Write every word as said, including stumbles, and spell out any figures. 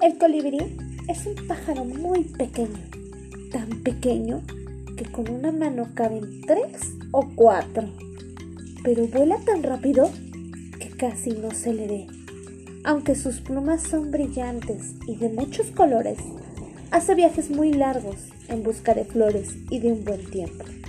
El colibrí es un pájaro muy pequeño, tan pequeño que con una mano caben tres o cuatro, pero vuela tan rápido que casi no se le ve. Aunque sus plumas son brillantes y de muchos colores, hace viajes muy largos en busca de flores y de un buen tiempo.